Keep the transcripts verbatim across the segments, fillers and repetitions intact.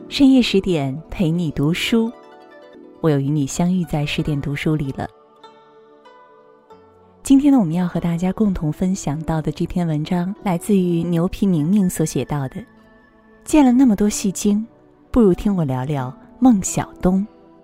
深夜十点陪你读书，我又与你相遇在十点读书里了。今天呢，我们要和大家共同分享到的这篇文章来自于牛皮明明所写到的，见了那么多戏精，不如听我聊聊孟小冬。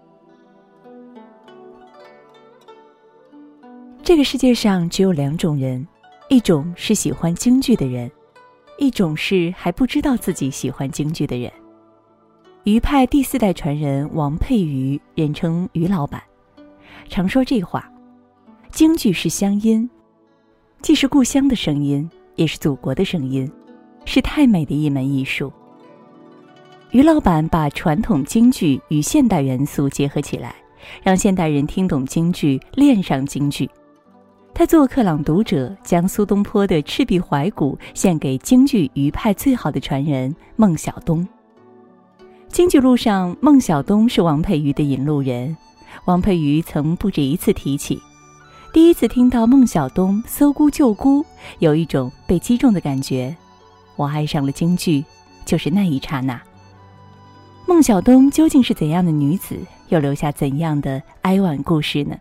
这个世界上只有两种人，一种是喜欢京剧的人，一种是还不知道自己喜欢京剧的人。余派第四代传人王佩瑜，人称余老板，常说这话：京剧是乡音，既是故乡的声音，也是祖国的声音，是太美的一门艺术。余老板把传统京剧与现代元素结合起来，让现代人听懂京剧，恋上京剧。他做客朗读者，将苏东坡的《赤壁怀古》献给京剧余派最好的传人孟小冬。京剧路上，孟小冬是王佩瑜的引路人。王佩瑜曾不止一次提起，第一次听到孟小冬搜孤救孤，有一种被击中的感觉。我爱上了京剧，就是那一刹那。孟小冬究竟是怎样的女子，又留下怎样的哀婉故事呢？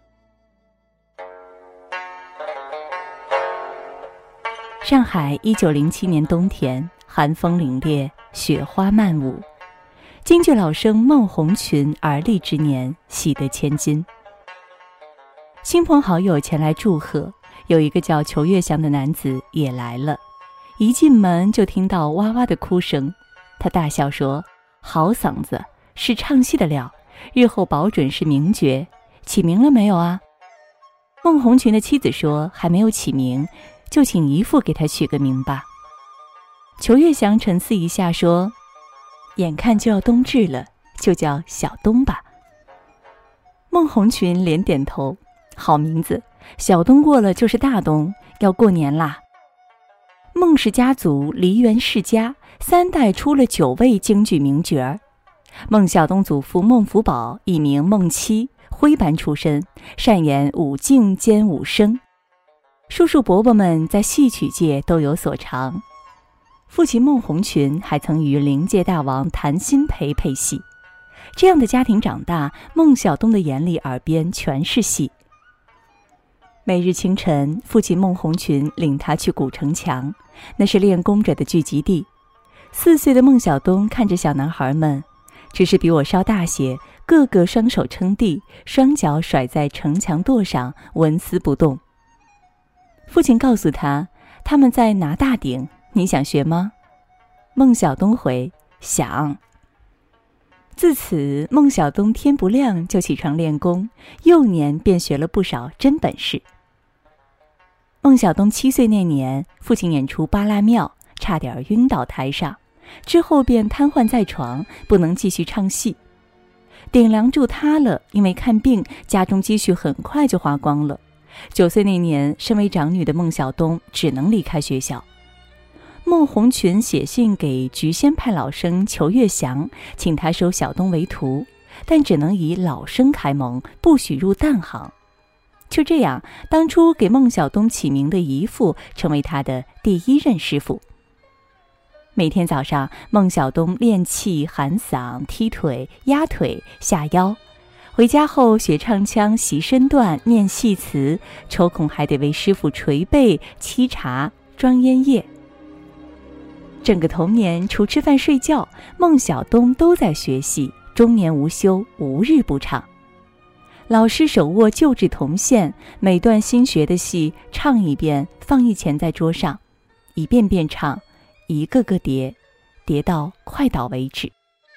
上海一九零七年冬天，寒风凛冽，雪花漫舞。京剧老生孟红群而立之年，喜得千金。亲朋好友前来祝贺，有一个叫裘月祥的男子也来了。一进门就听到哇哇的哭声，他大笑说：好嗓子，是唱戏的料，日后保准是名角。起名了没有啊？孟红群的妻子说：还没有起名，就请姨父给他取个名吧。裘月祥沉思一下说：眼看就要冬至了，就叫小冬吧。孟红群连点头，好名字，小冬过了就是大冬，要过年啦。孟氏家族梨园世家，三代出了九位京剧名角儿。孟小冬祖父孟福宝，艺名孟七，徽班出身，擅演武净兼武生。叔叔伯伯们在戏曲界都有所长。父亲孟红群还曾与灵界大王谭鑫培配戏。这样的家庭长大，孟小冬的眼里耳边全是戏。每日清晨，父亲孟红群领他去古城墙，那是练功者的聚集地。四岁的孟小冬看着小男孩们，只是比我稍大些，个个双手撑地，双脚甩在城墙垛上，纹丝不动。父亲告诉他，他们在拿大顶，你想学吗？孟小冬回：想。自此，孟小冬天不亮就起床练功，幼年便学了不少真本事。孟小冬七岁那年，父亲演出《八拉庙》，差点晕倒台上，之后便瘫痪在床，不能继续唱戏。顶梁柱塌了，因为看病，家中积蓄很快就花光了。九岁那年，身为长女的孟小冬只能离开学校。孟红群写信给菊仙派老生裘月祥，请他收小冬为徒，但只能以老生开蒙，不许入旦行。就这样，当初给孟小冬起名的姨父成为他的第一任师傅。每天早上，孟小冬练气、喊嗓、踢腿、压腿、下腰，回家后学唱腔、习身段、念戏词，抽空还得为师傅捶背、沏茶、装烟叶。整个童年，除吃饭睡觉，孟小冬都在学戏，终年无休，无日不唱。老师手握旧制铜线，每段新学的戏唱一遍，放一钱在桌上，一遍遍唱，一个个叠，叠到快倒为止。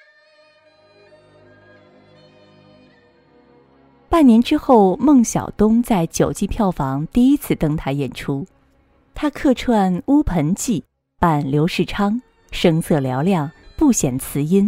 半年之后，孟小冬在九季票房第一次登台演出，他客串乌盆记，扮刘世昌，声色嘹亮，不显词音。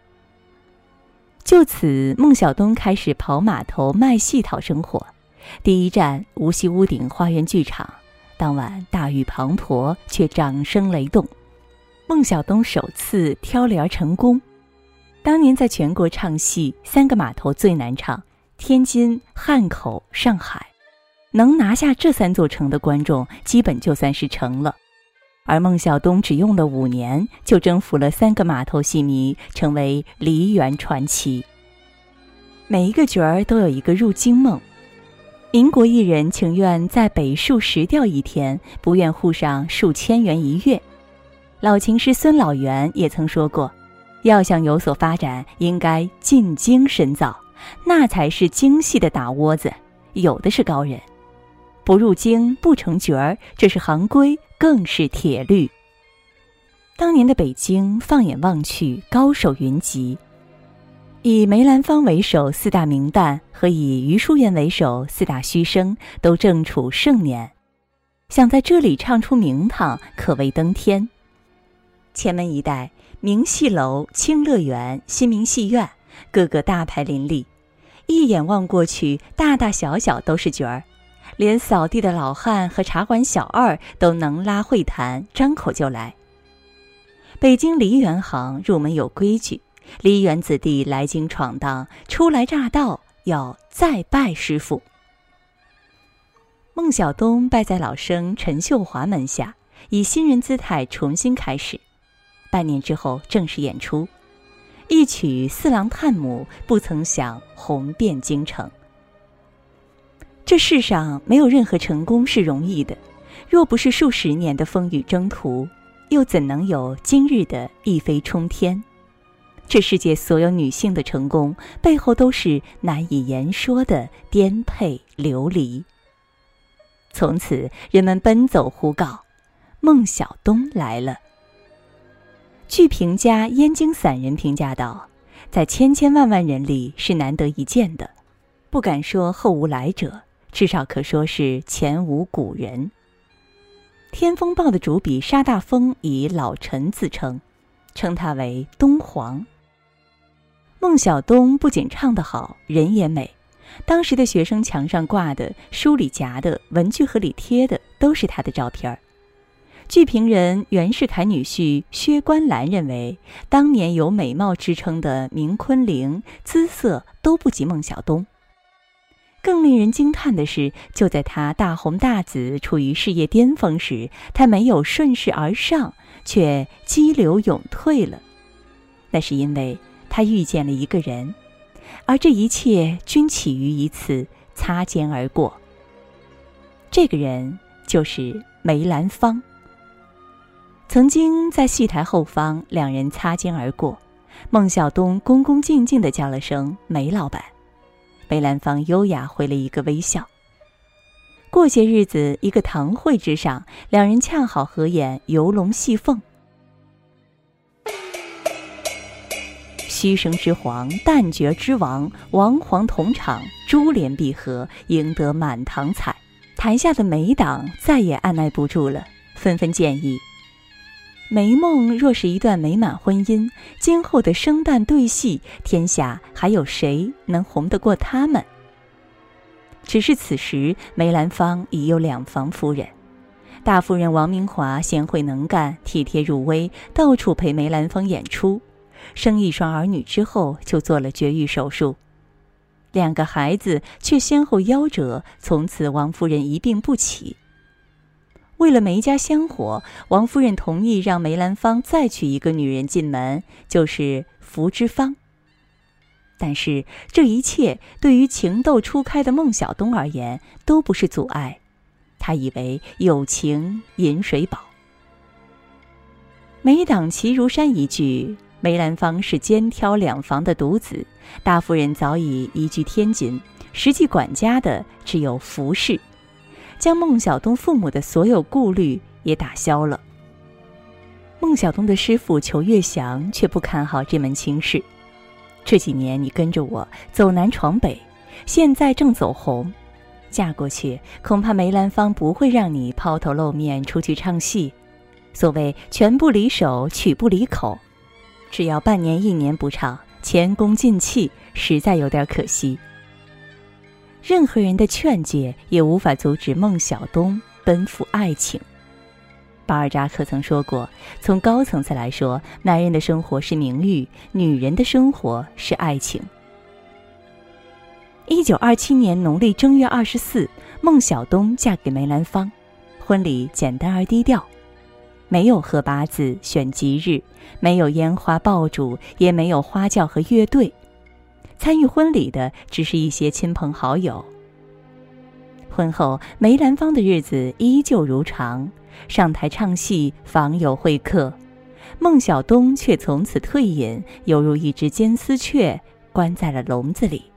就此，孟小冬开始跑码头卖戏讨生活。第一站无锡屋顶花园剧场，当晚大雨滂沱，却掌声雷动。孟小冬首次挑帘成功。当年在全国唱戏，三个码头最难唱，天津、汉口、上海，能拿下这三座城的观众，基本就算是成了。 而孟小冬只用了五年就征服了三个码头戏迷，成为梨园传奇。每一个角儿都有一个入京梦。民国艺人情愿在北树石钓一天，不愿沪上数千元一月。老情师孙老元也曾说过，要想有所发展，应该进京深造，那才是京戏的打窝子，有的是高人。不入京不成角儿，这是行规，更是铁律。当年的北京，放眼望去，高手云集，以梅兰芳为首四大名旦和以余淑媛为首四大须生都正处盛年，想在这里唱出名堂，可谓登天。前门一带，明戏楼、清乐园、新民戏院，各个大牌林立，一眼望过去，大大小小都是角儿，连扫地的老汉和茶馆小二都能拉会谈，张口就来。北京梨园行入门有规矩，梨园子弟来京闯荡，初来乍到要再拜师傅。孟小冬拜在老生陈秀华门下，以新人姿态重新开始。半年之后正式演出，一曲《四郎探母》不曾想红遍京城。这世上没有任何成功是容易的，若不是数十年的风雨征途，又怎能有今日的一飞冲天？这世界所有女性的成功，背后都是难以言说的颠沛流离。从此人们奔走呼告，孟小冬来了。据评家燕京散人评价道，在千千万万人里是难得一见的，不敢说后无来者，至少可说是前无古人。天风报的主笔沙大风以老臣自称，称他为东皇。孟小冬不仅唱得好，人也美，当时的学生墙上挂的、书里夹的、文具盒里贴的都是他的照片。据评人袁世凯女婿薛观澜认为，当年有美貌之称的明昆凌，姿色都不及孟小冬。更令人惊叹的是，就在他大红大紫、处于事业巅峰时，他没有顺势而上，却激流勇退了。那是因为他遇见了一个人，而这一切均起于一次擦肩而过。这个人就是梅兰芳。曾经在戏台后方，两人擦肩而过，孟小冬恭恭敬敬地叫了声梅老板，梅兰芳优雅回了一个微笑。过些日子，一个堂会之上，两人恰好合演游龙戏凤。虚声之皇，旦角之王，王皇同场，珠联璧合，赢得满堂彩。台下的梅党再也按耐不住了，纷纷建议，梅梦若是一段美满婚姻，今后的生旦对戏，天下还有谁能红得过他们？只是此时梅兰芳已有两房夫人，大夫人王明华贤惠能干，体贴入微，到处陪梅兰芳演出。生一双儿女之后，就做了绝育手术。两个孩子却先后夭折，从此王夫人一病不起。为了梅家香火，王夫人同意让梅兰芳再娶一个女人进门，就是福芝芳。但是这一切对于情窦初开的孟小冬而言都不是阻碍，他以为有情饮水饱。梅党齐如山一句，梅兰芳是肩挑两房的独子，大夫人早已移居天津，实际管家的只有福氏，将孟小冬父母的所有顾虑也打消了。孟小冬的师傅裘月祥却不看好这门亲事。这几年你跟着我走南闯北，现在正走红，嫁过去恐怕梅兰芳不会让你抛头露面出去唱戏。所谓拳不离手，曲不离口，只要半年一年不唱，前功尽弃，实在有点可惜。任何人的劝诫也无法阻止孟小冬奔赴爱情。巴尔扎克曾说过，从高层次来说，男人的生活是名誉，女人的生活是爱情。一九二七年农历正月二十四，孟小冬嫁给梅兰芳，婚礼简单而低调。 没有贺八字选吉日，没有烟花爆竹，也没有花轿和乐队。参与婚礼的只是一些亲朋好友。婚后，梅兰芳的日子依旧如常，上台唱戏，访友会客。孟小冬却从此退隐，犹如一只金丝雀关在了笼子里。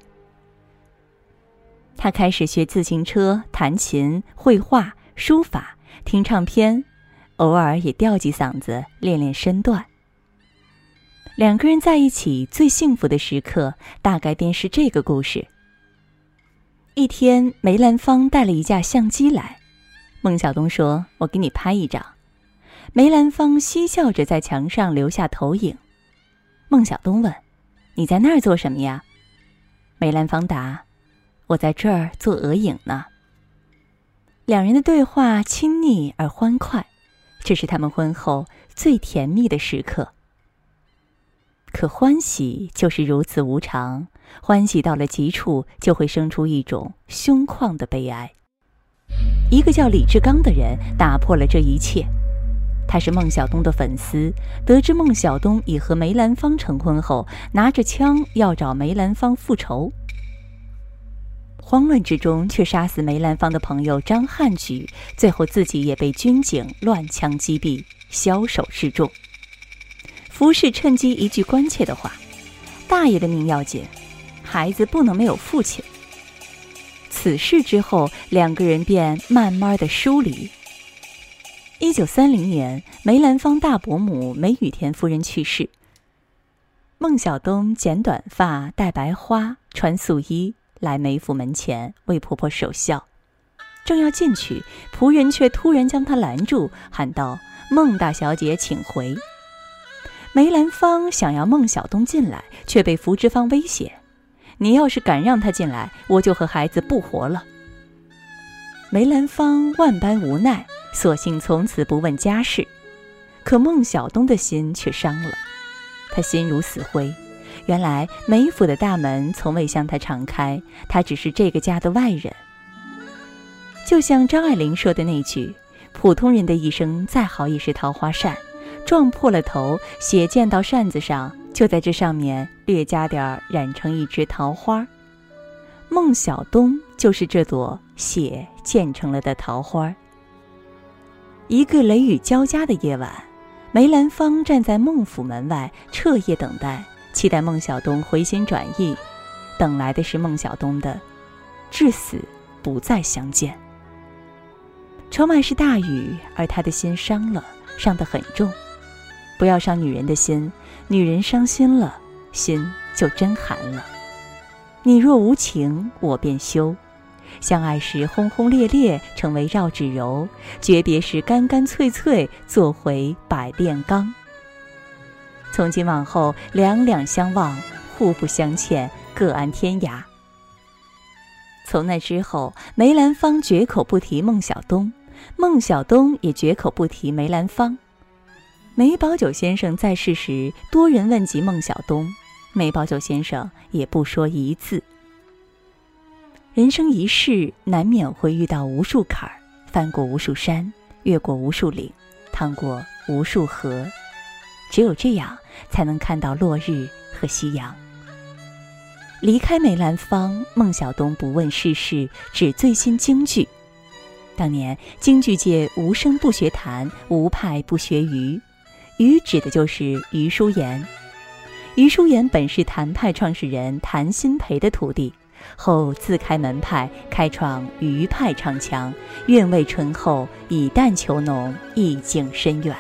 他开始学自行车、弹琴、绘画、书法、听唱片，偶尔也吊起嗓子练练身段。两个人在一起最幸福的时刻，大概便是这个故事。一天，梅兰芳带了一架相机来，孟小冬说：“我给你拍一张。”梅兰芳嬉笑着在墙上留下投影。孟小冬问：“你在那儿做什么呀？”梅兰芳答：“我在这儿做额影呢。”两人的对话亲昵而欢快，这是他们婚后最甜蜜的时刻。可欢喜就是如此无常，欢喜到了极处，就会生出一种凶旷的悲哀。一个叫李志刚的人打破了这一切。他是孟小冬的粉丝，得知孟小冬已和梅兰芳成婚后，拿着枪要找梅兰芳复仇。慌乱之中却杀死梅兰芳的朋友张汉举，最后自己也被军警乱枪击毙，枭首示众。服侍趁机一句关切的话：“大爷的命要紧，孩子不能没有父亲。”此事之后，两个人便慢慢的疏离。一九三零年，梅兰芳大伯母梅雨田夫人去世。孟小冬剪短发，戴白花，穿素衣，来梅府门前为婆婆守孝。正要进去，仆人却突然将他拦住，喊道：“孟大小姐请回。”梅兰芳想要孟小冬进来，却被福芝芳威胁：“你要是敢让他进来，我就和孩子不活了。”梅兰芳万般无奈，索性从此不问家事。可孟小冬的心却伤了，他心如死灰。原来梅府的大门从未向他敞开，他只是这个家的外人。就像张爱玲说的那句：“普通人的一生再好也是桃花扇，撞破了头，血溅到扇子上，就在这上面略加点染成一枝桃花。”孟小冬就是这朵血溅成了的桃花。一个雷雨交加的夜晚，梅兰芳站在孟府门外彻夜等待，期待孟小冬回心转意，等来的是孟小冬的至死不再相见。窗外是大雨，而他的心伤了，伤得很重。不要伤女人的心，女人伤心了，心就真寒了。你若无情，我便休。相爱时轰轰烈烈，成为绕指柔；诀别时干干脆脆，做回百炼钢。从今往后，两两相望，互不相欠，各安天涯。从那之后，梅兰芳绝口不提孟小冬，孟小冬也绝口不提梅兰芳。梅葆玖先生在世时，多人问及孟小冬，梅葆玖先生也不说一字。人生一世，难免会遇到无数坎儿，翻过无数山，越过无数岭，趟过无数河，只有这样才能看到落日和夕阳。离开梅兰芳，孟小冬不问世事，只醉心京剧。当年京剧界无声不学弹，无派不学余。余指的就是余淑妍。余淑妍本是谭派创始人谭鑫培的徒弟，后自开门派，开创余派唱腔，韵味醇厚，以淡求浓，意境深远。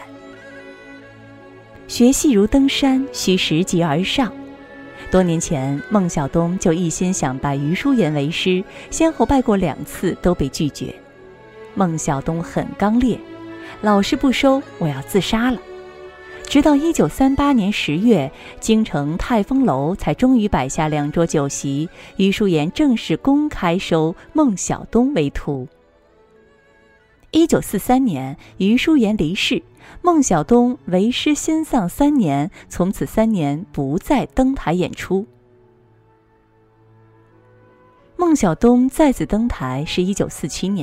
学戏如登山，需拾级而上。多年前，孟小冬就一心想拜余淑妍为师，先后拜过两次，都被拒绝。孟小冬很刚烈，老师不收，我要自杀了。直到一九三八年十月，京城泰丰楼才终于摆下两桌酒席，余淑妍正式公开收孟小冬为徒。一九四三年，余淑妍离世，孟小冬为师心丧三年，从此三年不再登台演出。孟小冬再次登台是一九四七年，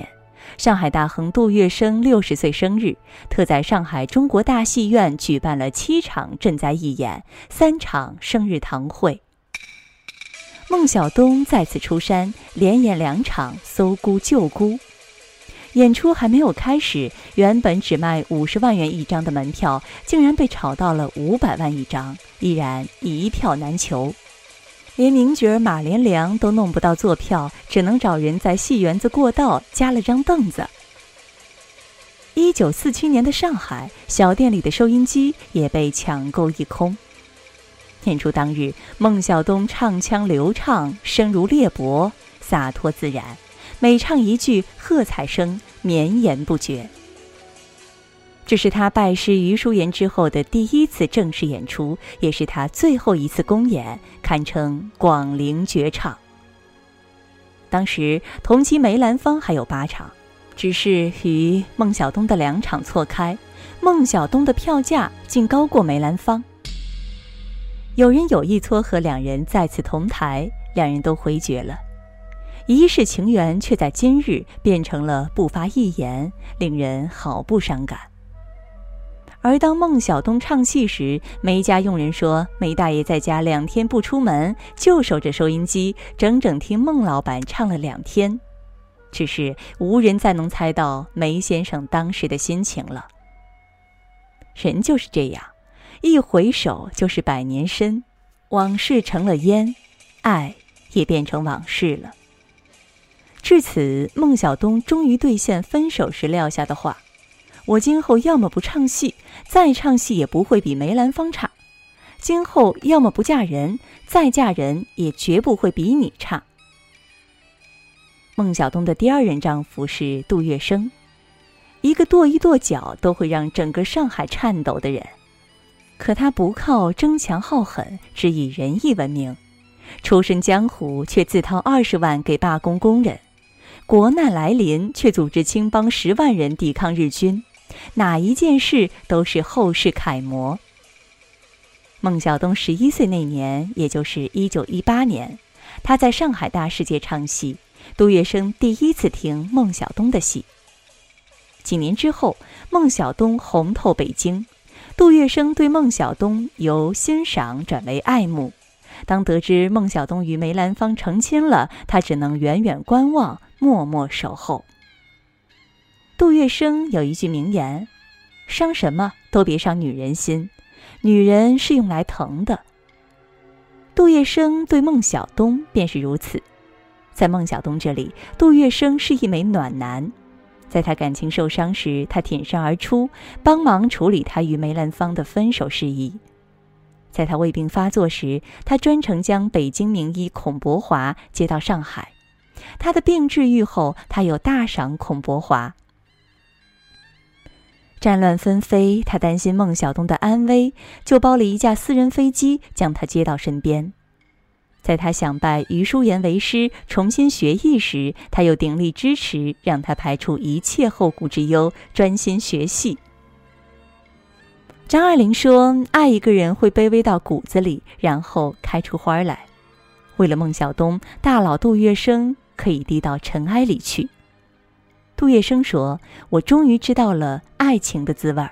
上海大亨杜月笙六十岁生日，特在上海中国大戏院举办了七场赈灾义演，三场生日堂会。孟小冬再次出山，连演两场搜孤救孤。演出还没有开始，原本只卖五十万元一张的门票，竟然被炒到了五百万一张，依然一票难求。连名角马连良都弄不到坐票，只能找人在戏园子过道加了张凳子。一九四七年的上海，小店里的收音机也被抢购一空。演出当日，孟小冬唱腔流畅，声如裂帛，洒脱自然，每唱一句，喝彩声绵延不绝。这是他拜师于淑妍之后的第一次正式演出，也是他最后一次公演，堪称广陵绝唱。当时同期梅兰芳还有八场，只是与孟小冬的两场错开，孟小冬的票价竟高过梅兰芳。有人有意撮合两人再次同台，两人都回绝了。一世情缘却在今日变成了不发一言，令人好不伤感。而当孟小冬唱戏时，梅家佣人说梅大爷在家两天不出门，就守着收音机，整整听孟老板唱了两天。只是无人再能猜到梅先生当时的心情了。人就是这样，一回首就是百年身，往事成了烟，爱也变成往事了。至此，孟小冬终于兑现分手时撂下的话：我今后要么不唱戏，再唱戏也不会比梅兰芳差；今后要么不嫁人，再嫁人也绝不会比你差。孟小冬的第二任丈夫是杜月笙，一个跺一跺脚都会让整个上海颤抖的人。可他不靠争强好狠，只以仁义闻名，出身江湖却自掏二十万给罢工工人，国难来临却组织青帮十万人抵抗日军，哪一件事都是后世楷模。孟小冬十一岁那年，也就是一九一八年，他在上海大世界唱戏，杜月笙第一次听孟小冬的戏。几年之后，孟小冬红透北京，杜月笙对孟小冬由欣赏转为爱慕。当得知孟小冬与梅兰芳成亲了，他只能远远观望，默默守候。杜月笙有一句名言：伤什么都别伤女人心，女人是用来疼的。杜月笙对孟小冬便是如此。在孟小冬这里，杜月笙是一枚暖男。在他感情受伤时，他挺身而出，帮忙处理他与梅兰芳的分手事宜。在他胃病发作时，他专程将北京名医孔伯华接到上海。他的病治愈后，他又大赏孔伯华。战乱纷飞，他担心孟小冬的安危，就包了一架私人飞机将他接到身边。在他想拜于淑妍为师，重新学艺时，他又鼎力支持，让他排除一切后顾之忧，专心学戏。张爱玲说，爱一个人会卑微到骨子里，然后开出花来。为了孟小冬，大佬杜月笙可以低到尘埃里去。杜月笙说，我终于知道了爱情的滋味。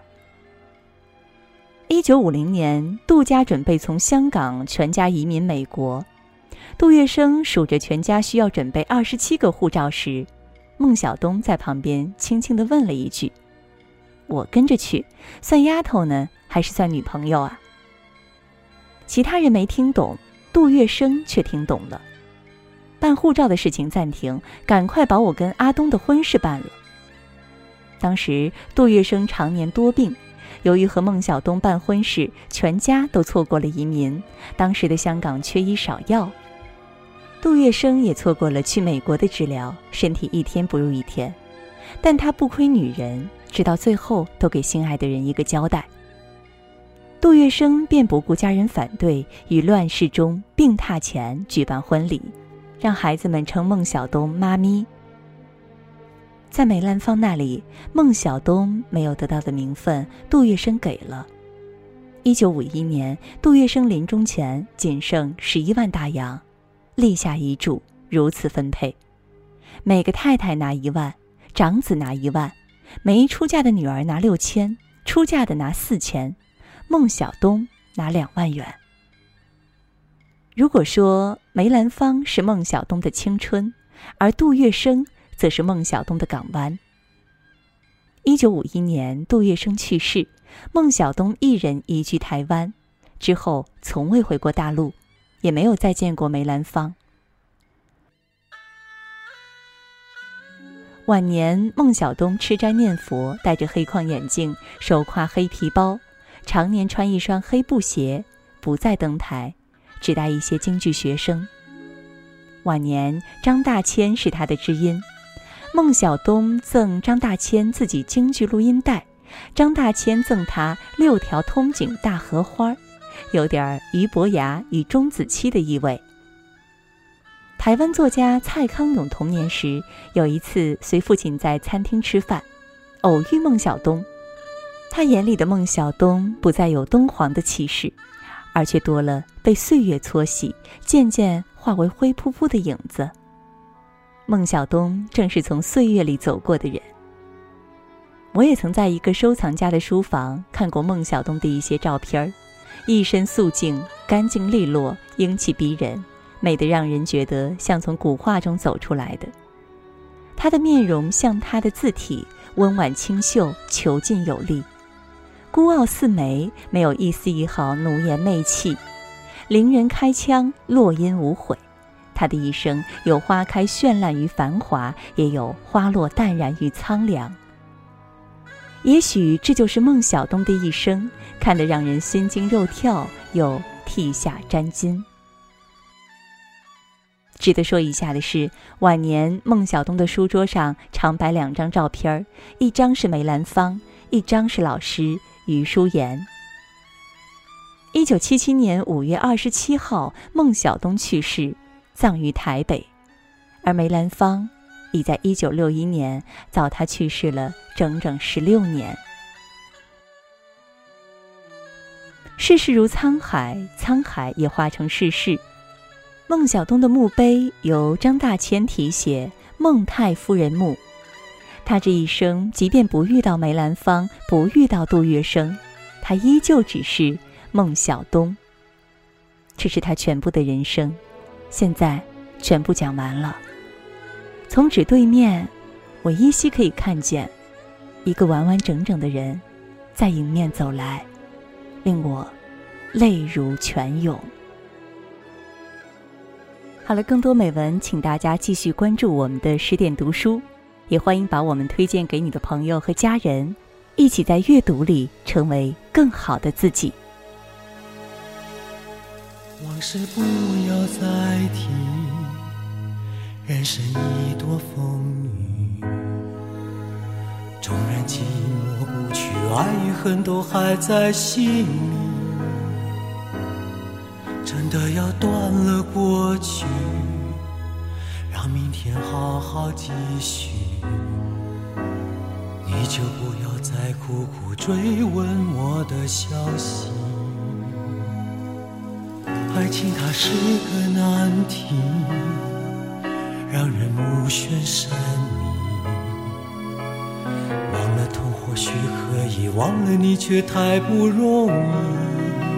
一九五零年，杜家准备从香港全家移民美国。杜月笙数着全家需要准备二十七个护照时，孟小冬在旁边轻轻地问了一句：我跟着去，算丫头呢，还是算女朋友啊？其他人没听懂，杜月笙却听懂了。办护照的事情暂停，赶快把我跟阿东的婚事办了。当时杜月笙常年多病，由于和孟小冬办婚事，全家都错过了移民。当时的香港缺医少药，杜月笙也错过了去美国的治疗，身体一天不如一天。但他不亏女人，直到最后都给心爱的人一个交代。杜月笙便不顾家人反对，于乱世中病榻前举办婚礼，让孩子们称孟小冬妈咪。在梅兰芳那里，孟小冬没有得到的名分，杜月笙给了。一九五一年，杜月笙临终前仅剩十一万大洋，立下遗嘱，如此分配：每个太太拿一万， 长子拿一万，没出嫁的女儿拿六千，出嫁的拿四千，孟小冬拿两万元。如果说梅兰芳是孟小冬的青春，而杜月笙则是孟小冬的港湾。一九五一年，杜月笙去世，孟小冬一人移居台湾，之后从未回过大陆，也没有再见过梅兰芳。晚年，孟小冬吃斋念佛，戴着黑框眼镜，手挎黑皮包，常年穿一双黑布鞋，不再登台，只带一些京剧学生。晚年，张大千是他的知音，孟小冬赠张大千自己京剧录音带，张大千赠他六条通景大荷花，有点俞伯牙与钟子期的意味。台湾作家蔡康永童年时有一次随父亲在餐厅吃饭，偶遇孟小冬，他眼里的孟小冬不再有敦煌的气势，而却多了被岁月搓洗，渐渐化为灰扑扑的影子。孟小冬正是从岁月里走过的人。我也曾在一个收藏家的书房看过孟小冬的一些照片，一身素净，干净利落，英气逼人，美得让人觉得像从古画中走出来的。他的面容像他的字体，温婉清秀，遒劲有力，孤傲似梅，没有一丝一毫奴颜媚气，伶人开腔，落音无悔。他的一生有花开绚烂与繁华，也有花落淡然与苍凉。也许这就是孟小冬的一生，看得让人心惊肉跳，又涕下沾襟。值得说一下的是，晚年孟小冬的书桌上常摆两张照片，一张是梅兰芳，一张是老师余淑妍。一九七七年五月二十七号，孟小冬去世，葬于台北，而梅兰芳已在一九六一年早他去世了整整十六年。世事如沧海，沧海也化成世事。孟小冬的墓碑由张大千题写孟太夫人墓。他这一生即便不遇到梅兰芳，不遇到杜月笙，他依旧只是孟小冬。这是他全部的人生，现在全部讲完了。从纸对面，我依稀可以看见一个完完整整的人在迎面走来，令我泪如泉涌。好了，更多美文请大家继续关注我们的十点读书，也欢迎把我们推荐给你的朋友和家人，一起在阅读里成为更好的自己。 往事不要再提，人生已多风雨，纵然寂寞不去，爱与恨都还在心里。真的要断了过去，让明天好好继续，你就不要再苦苦追问我的消息。爱情它是个难题，让人目眩神迷，忘了痛或许可以，忘了你却太不容易。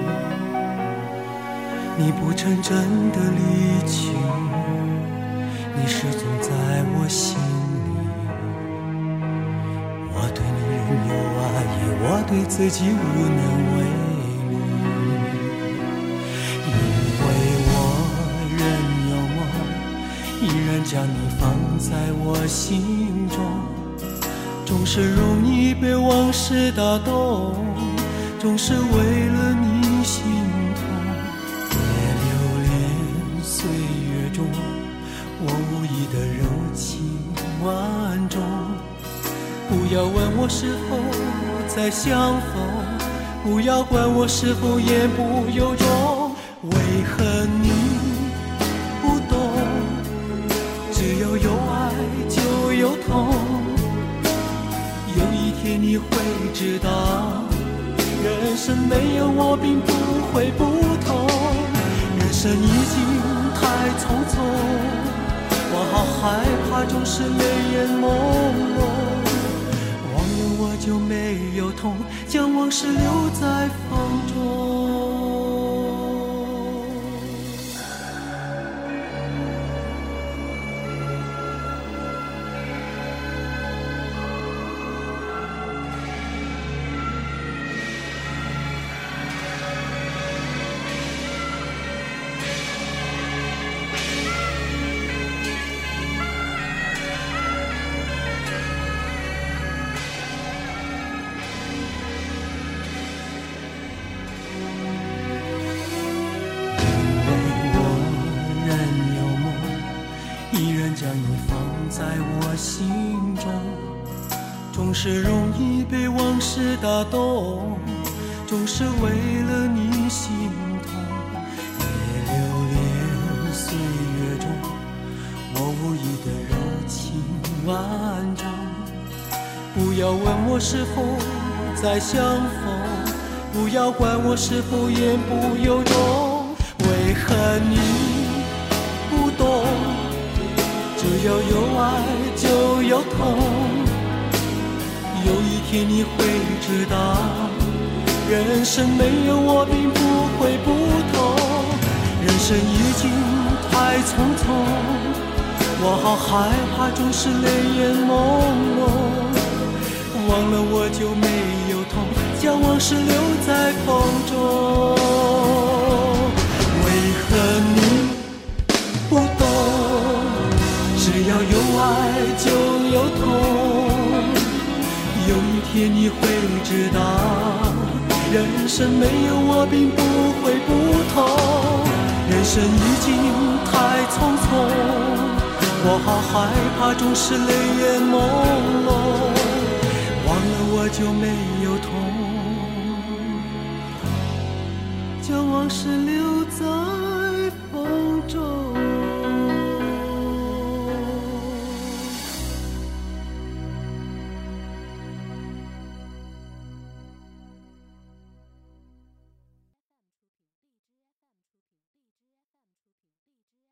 你不曾真的离去，你始终在我心里。我对你仍有爱意，我对自己无能为力。因为我仍有梦，依然将你放在我心中，总是容易被往事打动，总是为了你心痛。岁月中我无意的柔情万种，不要问我是否再相逢，不要管我是否言不由衷。为何你不懂，只要有爱就有痛，有一天你会知道，人生没有我并不会不同。人生已经太匆匆，往我好害怕，总是泪眼朦胧。忘了我就没有痛，将往事留在风中。将你放在我心中，总是容易被往事打动，总是为了你心痛。别留恋岁月中我无意的柔情万种，不要问我是否再相逢，不要管我是否言不由衷。为何你不懂，只要有爱就有痛，有一天你会知道，人生没有我并不会不同。人生已经太匆匆，我好害怕，总是泪眼朦胧。忘了我就没有痛，将往事留在风中。为何你不懂，只要有爱就有痛，有一天你会知道，人生没有我并不会不同。人生已经太匆匆，我好害怕，总是泪眼朦胧。忘了我就没有痛，将往事留在风中。